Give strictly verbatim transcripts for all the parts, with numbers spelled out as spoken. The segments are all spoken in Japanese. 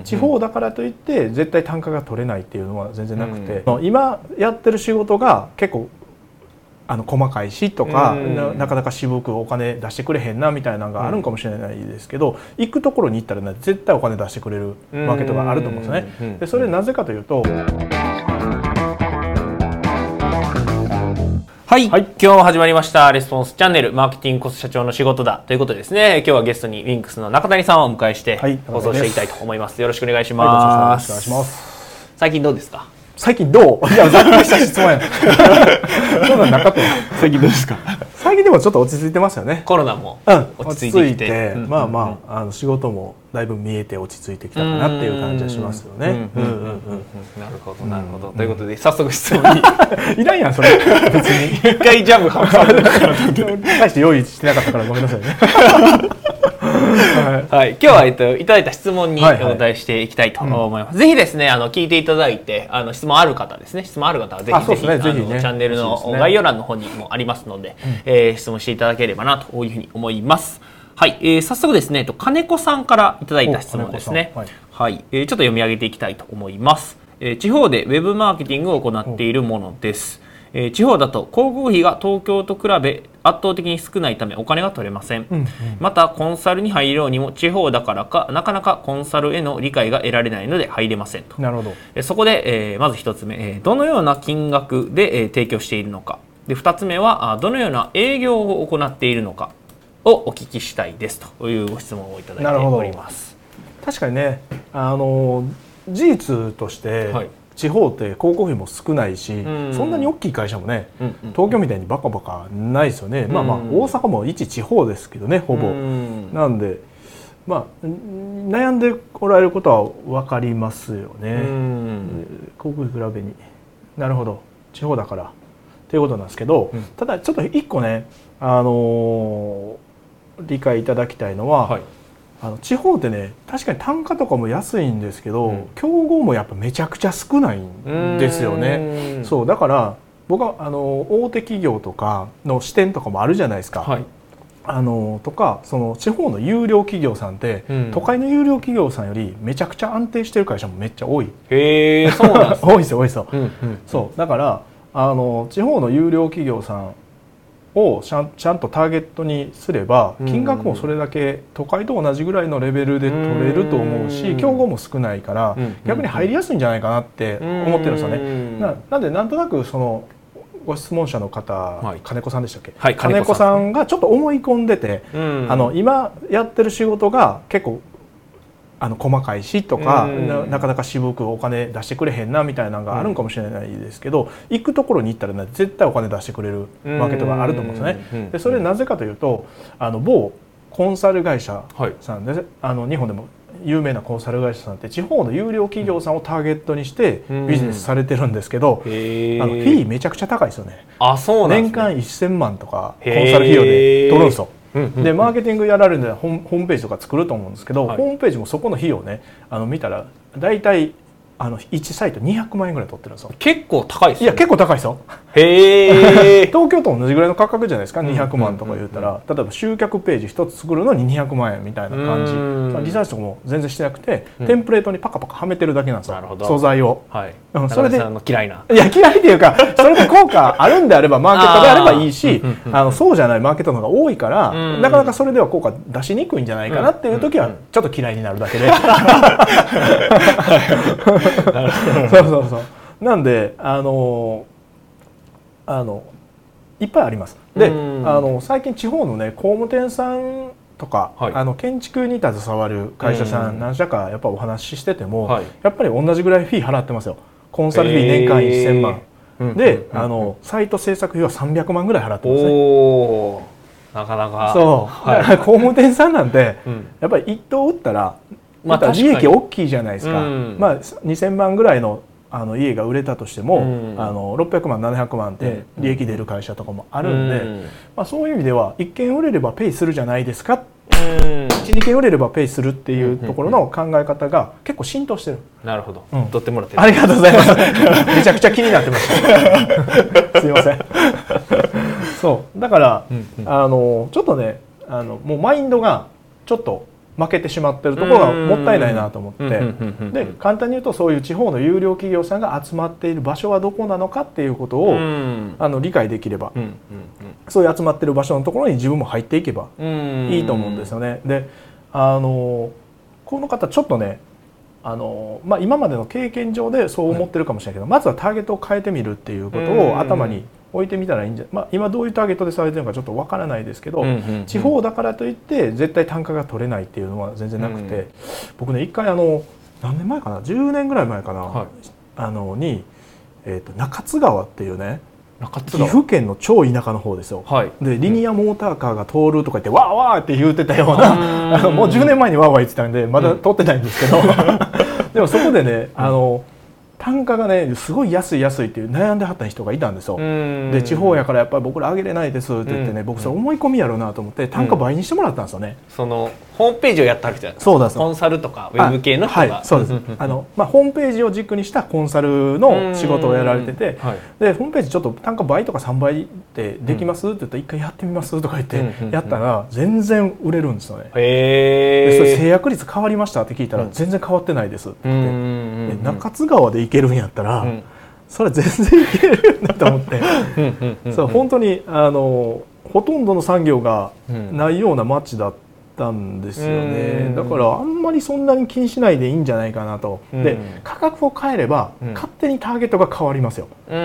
地方だからといって絶対単価が取れないっていうのは全然なくて、うん、今やってる仕事が結構あの細かいしとか、な, なかなか渋くお金出してくれへんなみたいなのがあるんかもしれないですけど、うん、行くところに行ったら、ね、絶対お金出してくれるマーケットがあると思うんですね。でそれなぜかというと、 はい、はい、今日も始まりましたレスポンスチャンネルマーケティングこそ社長の仕事だということでですね、今日はゲストにウィンクスの中谷さんをお迎えして放送していきたいと思います。よろしくお願いします。 はい、よろしくお願いします。 最近どうですか？ 最近どう？いや、ざっくりした質問やそんなんなかった。最近どうですか？最近でもちょっと落ち着いてますよね。 コロナも落ち着いてきて、うん、 まあまあ、あの仕事もだいぶ見えて落ち着いてきたかなっていう感じはしますよね。なるほどなるほど、うん、ということで早速質問にいらんやんそれ別に一回ジャブ挟んでるから大して用意してなかったからごめんなさいねはいはい、今日は、えっと、いただいた質問にお答えしていきたいと思います。はいはい、ぜひですね、あの聞いていただいて、あの質問ある方ですね、質問ある方はぜひぜひ、ね、あのチャンネルの概要欄の方にもありますので、うん、えー、質問していただければなというふうに思います。はい、えー、早速ですね、金子さんからいただいた質問ですね。はい、はい、えー、ちょっと読み上げていきたいと思います。えー、地方でウェブマーケティングを行っているものです。えー、地方だと広告費が東京と比べ圧倒的に少ないためお金が取れません。うんうん、またコンサルに入ろうにも地方だからかなかなかコンサルへの理解が得られないので入れませんと。 なるほど。 えー、そこで、えー、まず一つ目、えー、どのような金額で、えー、提供しているのか。で二つ目はどのような営業を行っているのかをお聞きしたいですというご質問をいただいております。 確かにね、あの事実として、はい、地方って広告費も少ないし、うん、そんなに大きい会社もね、うんうん、東京みたいにバカバカないですよね。うん、まあまあ大阪も一地方ですけどね、ほぼ。うん、なんで、まあ悩んでおられることは分かりますよね。うん、広告費比べに。なるほど、地方だからということなんですけど、うん、ただちょっと一個ね、あのー、理解いただきたいのは。はい、あの地方ってね、確かに単価とかも安いんですけど、うん、競合もやっぱめちゃくちゃ少ないんですよね。そうだから僕はあの大手企業とかの支店とかもあるじゃないですか。はい、あのとかその地方の優良企業さんって、うん、都会の優良企業さんよりめちゃくちゃ安定してる会社もめっちゃ多い。 へー、そうなんですね。 多いですよ多いですよ。うんうんうん、そうだからあの地方の優良企業さんをちゃん、ちゃんとターゲットにすれば金額もそれだけ都会と同じぐらいのレベルで取れると思うし、競合も少ないから逆に入りやすいんじゃないかなって思ってるんですよね。な, なんでなんとなくそのご質問者の方、はい、金子さんでしたっけ、はい、金子さんがちょっと思い込んでて、あの今やってる仕事が結構あの細かいしとか な, なかなか渋くお金出してくれへんなみたいなのがあるんかもしれないですけど、行くところに行ったら、ね、絶対お金出してくれるマーケットがあると思うんですね。でそれなぜかというと、あの某コンサル会社さんで、はい、あの日本でも有名なコンサル会社さんって地方の優良企業さんをターゲットにしてビジネスされてるんですけど、あのフィーめちゃくちゃ高いですよね。 あ、そうなんですね。 年間せんまんとかコンサル費用で取るんですよ。でマーケティングやられるのでホームページとか作ると思うんですけど、はい、ホームページもそこの費用ね、あの見たら大体あのいちサイトにひゃくまんえんぐらい取ってるんですよ。 結構高いですね。 いや結構高いですよ。 へー東京と同じぐらいの価格じゃないですか。にひゃくまんとか言ったら、例えば集客ページ一つ作るのににひゃくまんえんみたいな感じ。リサーチとかも全然してなくて、うん、テンプレートにパカパカはめてるだけなんですよ。なるほど。素材を。はい。うん、それで嫌いな。 いや嫌いっていうか、それで効果あるんであればマーケットであればいいし、あのそうじゃないマーケットの方が多いから、なかなかそれでは効果出しにくいんじゃないかなっていう時はちょっと嫌いになるだけで。そうそうそう。なんであのあのいっぱいあります。で、あの最近地方のね工務店さんとか、はい、あの建築に携わる会社さん何社かやっぱお話ししてても、はい、やっぱり同じぐらいフィー払ってますよ。コンサルフィー年間せんまん、えー、で、うん、あのサイト制作費はさんびゃくまんぐらい払ってますね。 おー、なかなか。 そう、はい、だから工務店さんなんて、うん、やっぱり一棟売ったらまた利益大きいじゃないですか。うん、まあにせんまんぐらいのあの家が売れたとしても、うん、あのろっぴゃくまんななひゃくまんって利益出る会社とかもあるんで、うん、まあ、そういう意味ではいっけん売れればペイするじゃないですか、うん、いちにけん売れればペイするっていうところの考え方が結構浸透してる。 なるほど、うん、取ってもらってありがとうございますめちゃくちゃ気になってましたすいませんそうだから、うんうん、あのちょっとねあのもうマインドがちょっと負けてしまってるところがもったいないなと思って、で簡単に言うとそういう地方の優良企業さんが集まっている場所はどこなのかっていうことをあの理解できれば、そういう集まってる場所のところに自分も入っていけばいいと思うんですよね。であのこの方ちょっとねあの、まあ、今までの経験上でそう思ってるかもしれないけど、はい、まずはターゲットを変えてみるっていうことを頭に置いてみたらいいんじゃ、まあ、今どういうターゲットでされてるのかちょっとわからないですけど、うんうんうん、地方だからといって絶対単価が取れないっていうのは全然なくて、うん、僕ね一回あの何年前かなじゅうねんぐらい前かな、はい、あのに、えーと、中津川っていうね岐阜県の超田舎の方ですよ、はい、でリニアモーターカーが通るとか言ってわーわーって言ってたようなあのもうじゅうねんまえにわーわー言ってたんでまだ通ってないんですけど、うん、でもそこでねあの単価がねすごい安い安いっていう悩んではった人がいたんですよ。で地方やからやっぱり僕ら上げれないですって言ってね、うん、僕それ思い込みやろうなと思って単価倍にしてもらったんですよね、 うん、そのホームページをやったわけじゃないですか。そうです。コンサルとかウェブ系の人が、 はい、そうです。あの、まあ、ホームページを軸にしたコンサルの仕事をやられてて、はい、でホームページちょっと単価倍とかさんばいでできます、うん、って言ったら一回やってみますとか言ってやったら全然売れるんですよね。へでそれ制約率変わりましたって聞いたら全然変わってないですって言って、で中津川で行けるんやったら、うん、それ全然いけるんだと思ってそう本当にあのほとんどの産業がないような街だったたんですよね。だからあんまりそんなに気にしないでいいんじゃないかなと。で価格を変えれば勝手にターゲットが変わりますよ。うん、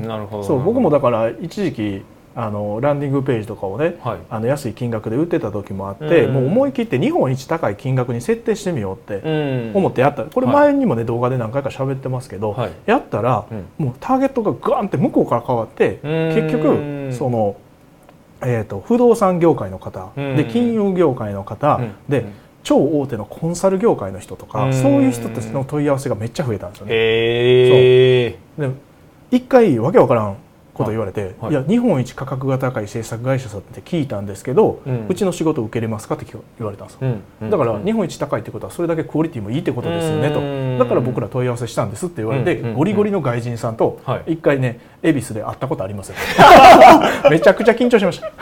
なるほど。そう僕もだから一時期あのランディングページとかをね、はい、あの安い金額で売ってた時もあって、もう思い切って日本一高い金額に設定してみようって思ってやった。これ前にもね動画で何回か喋ってますけど、はい、やったら、うん、もうターゲットがガンって向こうから変わって結局そのえー、と不動産業界の方、うん、で金融業界の方、うん、で超大手のコンサル業界の人とか、うん、そういう人たちの問い合わせがめっちゃ増えたんですよね。へそうで一回わけわからんこと言われて、はい、いや日本一価格が高い制作会社さんって聞いたんですけど、うん、うちの仕事受けれますかって言われたんですよ、うんうん、だから日本一高いってことはそれだけクオリティもいいってことですよねと、だから僕ら問い合わせしたんですって言われて、うんうんうん、ゴリゴリの外人さんと一回ね恵比寿で会ったことありますよめちゃくちゃ緊張しました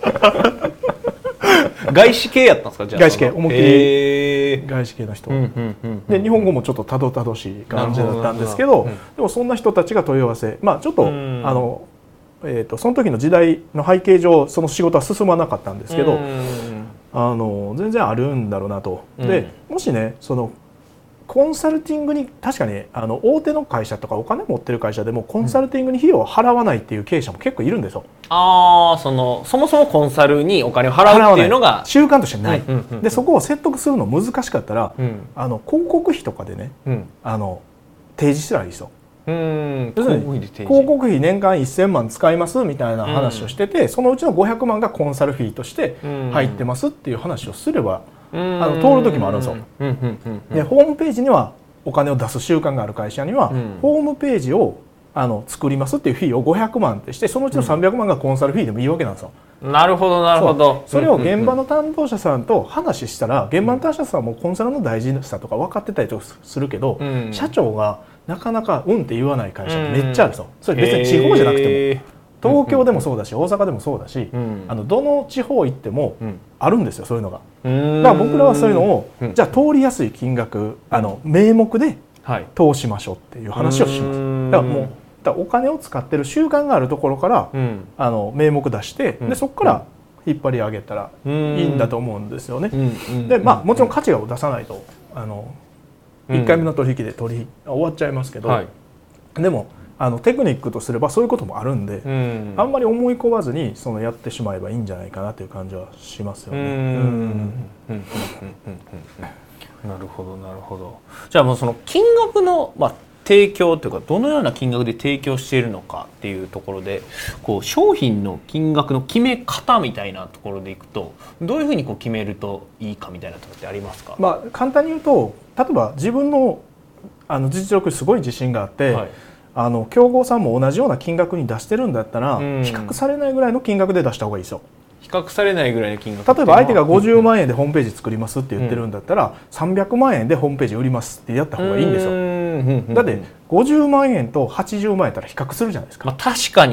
外資系やったんですか？じゃあ外資系思いっきり外資系の人、うんうんうんうん、で日本語もちょっとたどたどしい感じだったんですけど、うん、でもそんな人たちが問い合わせまあちょっと、うん、あのえー、とその時の時代の背景上その仕事は進まなかったんですけど、うん、あの全然あるんだろうなと、うん、でもしねそのコンサルティングに確かにあの大手の会社とかお金持ってる会社でもコンサルティングに費用を払わないっていう経営者も結構いるんですよ。 ああ、そのそもそもコンサルにお金を払うっていうのが習慣としてない、うんうんうんうん、でそこを説得するの難しかったら、うん、あの広告費とかでね、うん、あの提示したらいいですよ。うん広告費年間せんまん使いますみたいな話をしてて、うん、そのうちのごひゃくまんがコンサルフィーとして入ってますっていう話をすれば、うん、あの通る時もあるんですよ、うんうんうんうん、でホームページにはお金を出す習慣がある会社には、うん、ホームページをあの作りますっていうフィーをごひゃくまんってしてそのうちのさんびゃくまんがコンサルフィーでもいいわけなんですよ。 なるほどなるほど。 そ, それを現場の担当者さんと話したら、現場の担当者さんもコンサルの大事さとか分かってたりとかするけど、うん、社長がなかなかうんって言わない会社ってめっちゃあるんですよ。それ別に地方じゃなくても東京でもそうだし大阪でもそうだし、うん、あのどの地方行ってもあるんですよそういうのが。だから僕らはそういうのを、うん、じゃあ通りやすい金額あの名目で通しましょうっていう話をします。だからもうだからお金を使ってる習慣があるところから、うん、あの名目出して、うん、でそこから引っ張り上げたらいいんだと思うんですよね。でまあもちろん価値を出さないとあのいっかいめの取引で取引終わっちゃいますけど、はい、でもあのテクニックとすればそういうこともあるんで、うん、あんまり思い込まずにそのやってしまえばいいんじゃないかなという感じはしますよね。 なるほどなるほど。じゃあもうその金額の、まあ、提供というかどのような金額で提供しているのかっていうところでこう商品の金額の決め方みたいなところでいくとどういうふうにこう決めるといいかみたいなところってありますか？ まあ、簡単に言うと例えば自分の、あの実力にすごい自信があって、はい、あの競合さんも同じような金額に出してるんだったら、うん、比較されないぐらいの金額で出した方がいいですよ。 比較されないぐらいの金額例えば相手がごじゅうまんえんでホームページ作りますって言ってるんだったら、うん、さんびゃくまんえんでホームページ売りますってやった方がいいんですよ。だってごじゅうまんえんとはちじゅうまんえんやったら比較するじゃないですか。 まあ、確かに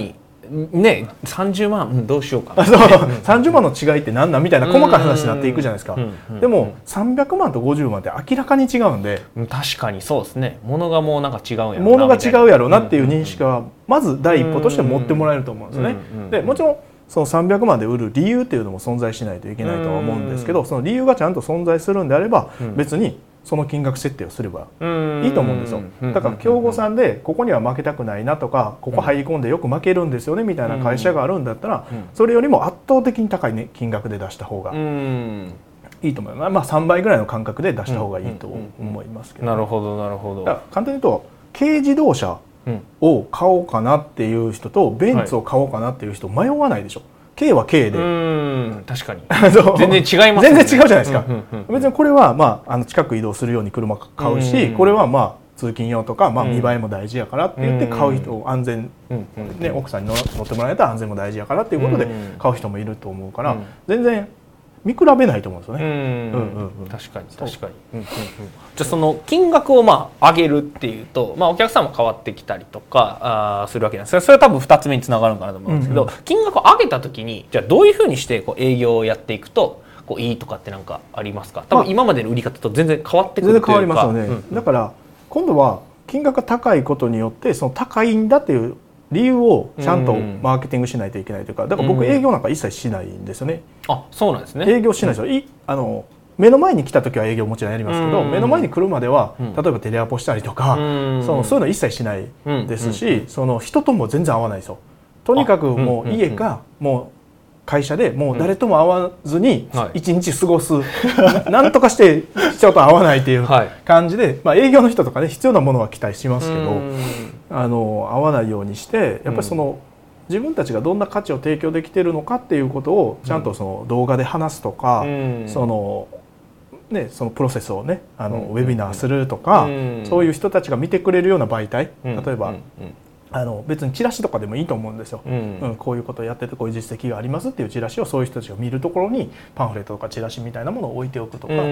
ねさんじゅうまんどうしようかなそうさんじゅうまんの違いって何なんみたいな細かい話になっていくじゃないですか。でもさんびゃくまんとごじゅうまんって明らかに違うんで、 確かにそうですね。物がもうなんか違うんやろな、 物が違うやろなっていう認識はまず第一歩として持ってもらえると思うんですよね。でもちろんそのさんびゃくまんで売る理由っていうのも存在しないといけないとは思うんですけど、その理由がちゃんと存在するんであれば別にその金額設定をすればいいと思うんですよ。だから競合さんでここには負けたくないなとか、ここ入り込んでよく負けるんですよねみたいな会社があるんだったら、それよりも圧倒的に高い、ね、金額で出した方がいいと思います。まあさんばいぐらいの感覚で出した方がいいと思いますけど、ね、 なるほどなるほど。 だから簡単に言うと軽自動車を買おうかなっていう人とベンツを買おうかなっていう人迷わないでしょ。軽は軽で、 うん確かに全然違いますね。 全然違うじゃないですか。別にこれは、まあ、あの近く移動するように車買うし、これはまあ通勤用とか、まあ、見栄えも大事やからって言って買う人、安全、ね、奥さんに乗ってもらえたら安全も大事やからっていうことで買う人もいると思うから、全然見比べないと思うんですよね。 確かに確かに。うんうんうん、じゃあその金額をまあ上げるっていうと、まあ、お客さんも変わってきたりとかあするわけなんですが、それは多分ふたつめにつながるかなと思うんですけど、うんうん、金額を上げた時にじゃあどういうふうにしてこう営業をやっていくとこういいとかって何かありますか？多分今までの売り方と全然変わってくるというか。 全然変わりますよね。うんうん、だから今度は金額が高いことによってその高いんだっていう理由をちゃんとマーケティングしないといけないというか、だから僕営業なんか一切しないんですよね。 うん、あ、そうなんですね。 営業しないですよ。うん、いあの目の前に来た時は営業もちろんやりますけど、うん、目の前に来るまでは、うん、例えばテレアポしたりとか、うん、そのそういうの一切しないですし、うん、その人とも全然会わないですよ。とにかくもう家かもう会社でもう誰とも会わずに一日過ごす、うんはい、な, なんとかして人と会わないっていう感じで、はい、まあ、営業の人とかね必要なものは期待しますけど、あの会わないようにしてやっぱりその、うん、自分たちがどんな価値を提供できているのかっていうことをちゃんとその動画で話すとか、うん、そのね、そのプロセスをねあの、うん、ウェビナーするとか、うん、そういう人たちが見てくれるような媒体、うん、例えば、うん、あの別にチラシとかでもいいと思うんですよ、うんうん、こういうことをやっててこういう実績がありますっていうチラシをそういう人たちが見るところにパンフレットとかチラシみたいなものを置いておくとか、うん、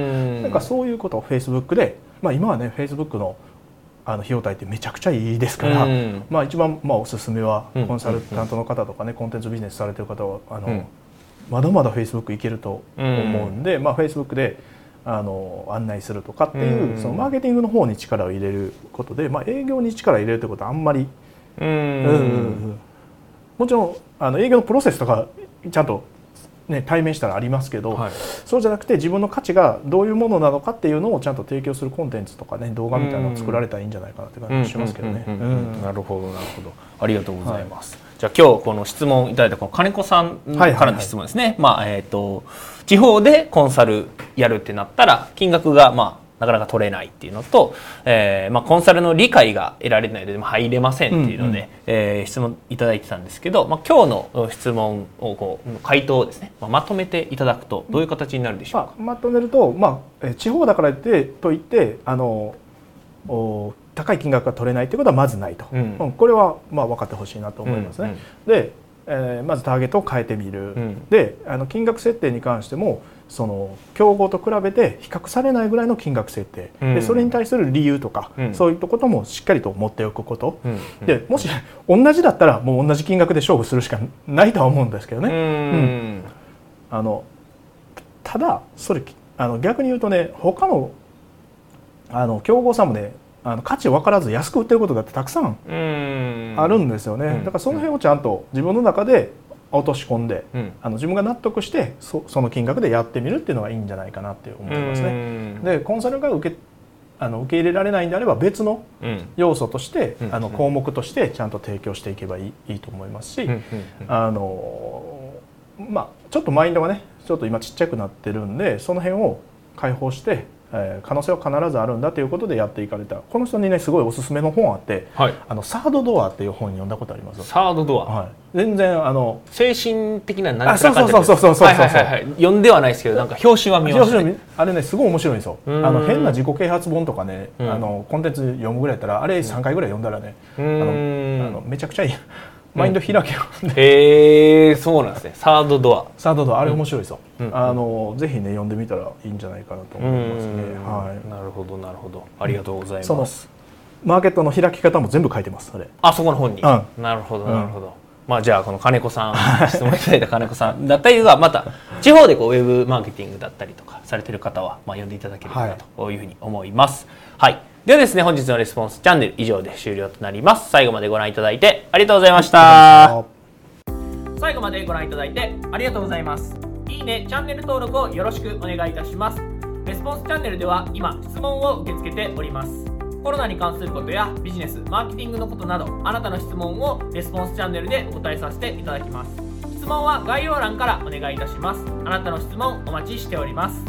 なんかそういうことを Facebook で、まあ、今はね Facebook のあの費用対ってめちゃくちゃいいですから、うん、まあ、一番まあおすすめはコンサルタントの方とかねコンテンツビジネスされてる方はあの、うん、まだまだ Facebook いけると思うんで、うん、まあ、Facebook であの案内するとかっていう、うん、そのマーケティングの方に力を入れることで、まあ、営業に力を入れるってことはあんまり、うんうんうん、もちろんあの営業のプロセスとかちゃんと、ね、対面したらありますけど、はい、そうじゃなくて自分の価値がどういうものなのかっていうのをちゃんと提供するコンテンツとかね動画みたいなのを作られたらいいんじゃないかなって感じがしますけどね。 なるほどなるほど、ありがとうございます。はい、じゃあ今日この質問いただいたこの金子さんからの質問ですね。はいはいはい、まあえっと地方でコンサルやるってなったら金額がまあなかなか取れないっていうのと、えーまあ、コンサルの理解が得られないので入れませんっていうので、うんうん、えー、質問いただいてたんですけど、まあ、今日の質問をこう回答をですね、まあ、まとめていただくとどういう形になるでしょうか。 まあ、まとめると、まあ、地方だからってといってあの高い金額が取れないということはまずないと、うんうん、これはまあ分かってほしいなと思いますね。うんうん、で、えー、まずターゲットを変えてみる、うん、であの金額設定に関してもその競合と比べて比較されないぐらいの金額設定、うん、でそれに対する理由とか、うん、そういったこともしっかりと持っておくこと、うん、でもし同じだったらもう同じ金額で勝負するしかないとは思うんですけどね。うんうん、あのただそれあの逆に言うとね他のあの競合さんもねあの価値分からず安く売ってることだってたくさんあるんですよね。だからその辺をちゃんと自分の中で落とし込んで、うん、あの自分が納得して そ, その金額でやってみるっていうのがいいんじゃないかなって思いますね。でコンサルが受けあの受け入れられないんであれば別の要素として、うん、あの項目としてちゃんと提供していけばい い, いいと思いますし、うん、あのまあちょっとマインドがねちょっと今ちっちゃくなってるんでその辺を解放してえー、可能性は必ずあるんだということでやっていかれた。この人にねすごいおすすめの本あって、はい、あのサードドアっていう本読んだことあります？ サードドア、 はい、全然あの精神的な何か書いてある。そうそうそうそうそうそう、はいはいはい、 読んではないですけどなんか表紙は見ましたね。 あれねすごい面白いんですよ。あの変な自己啓発本とかね、あのコンテンツ読むぐらいやったらあれさんかいぐらい読んだらね、あのあのめちゃくちゃいいマインド開けるんで、 へえー、そうなんですね。サードドアサードドアあれ面白いですよ。うん、あのぜひね読んでみたらいいんじゃないかなと思いますね。はい、 なるほどなるほど、ありがとうございます。 そのマーケットの開き方も全部書いてます。それあそこの本に、うん、なるほどなるほど、 まあ、じゃあこの金子さん質問いただいた金子さんだったりがまた地方でこうウェブマーケティングだったりとかされてる方はまあ呼んでいただければなというふうに思います。はい、はい、ではですね本日のレスポンスチャンネル以上で終了となります。最後までご覧いただいてありがとうございました。最後までご覧いただいてありがとうございます。いいね、チャンネル登録をよろしくお願いいたします。レスポンスチャンネルでは今質問を受け付けております。コロナに関することやビジネス、マーケティングのことなどあなたの質問をレスポンスチャンネルでお答えさせていただきます。質問は概要欄からお願いいたします。あなたの質問お待ちしております。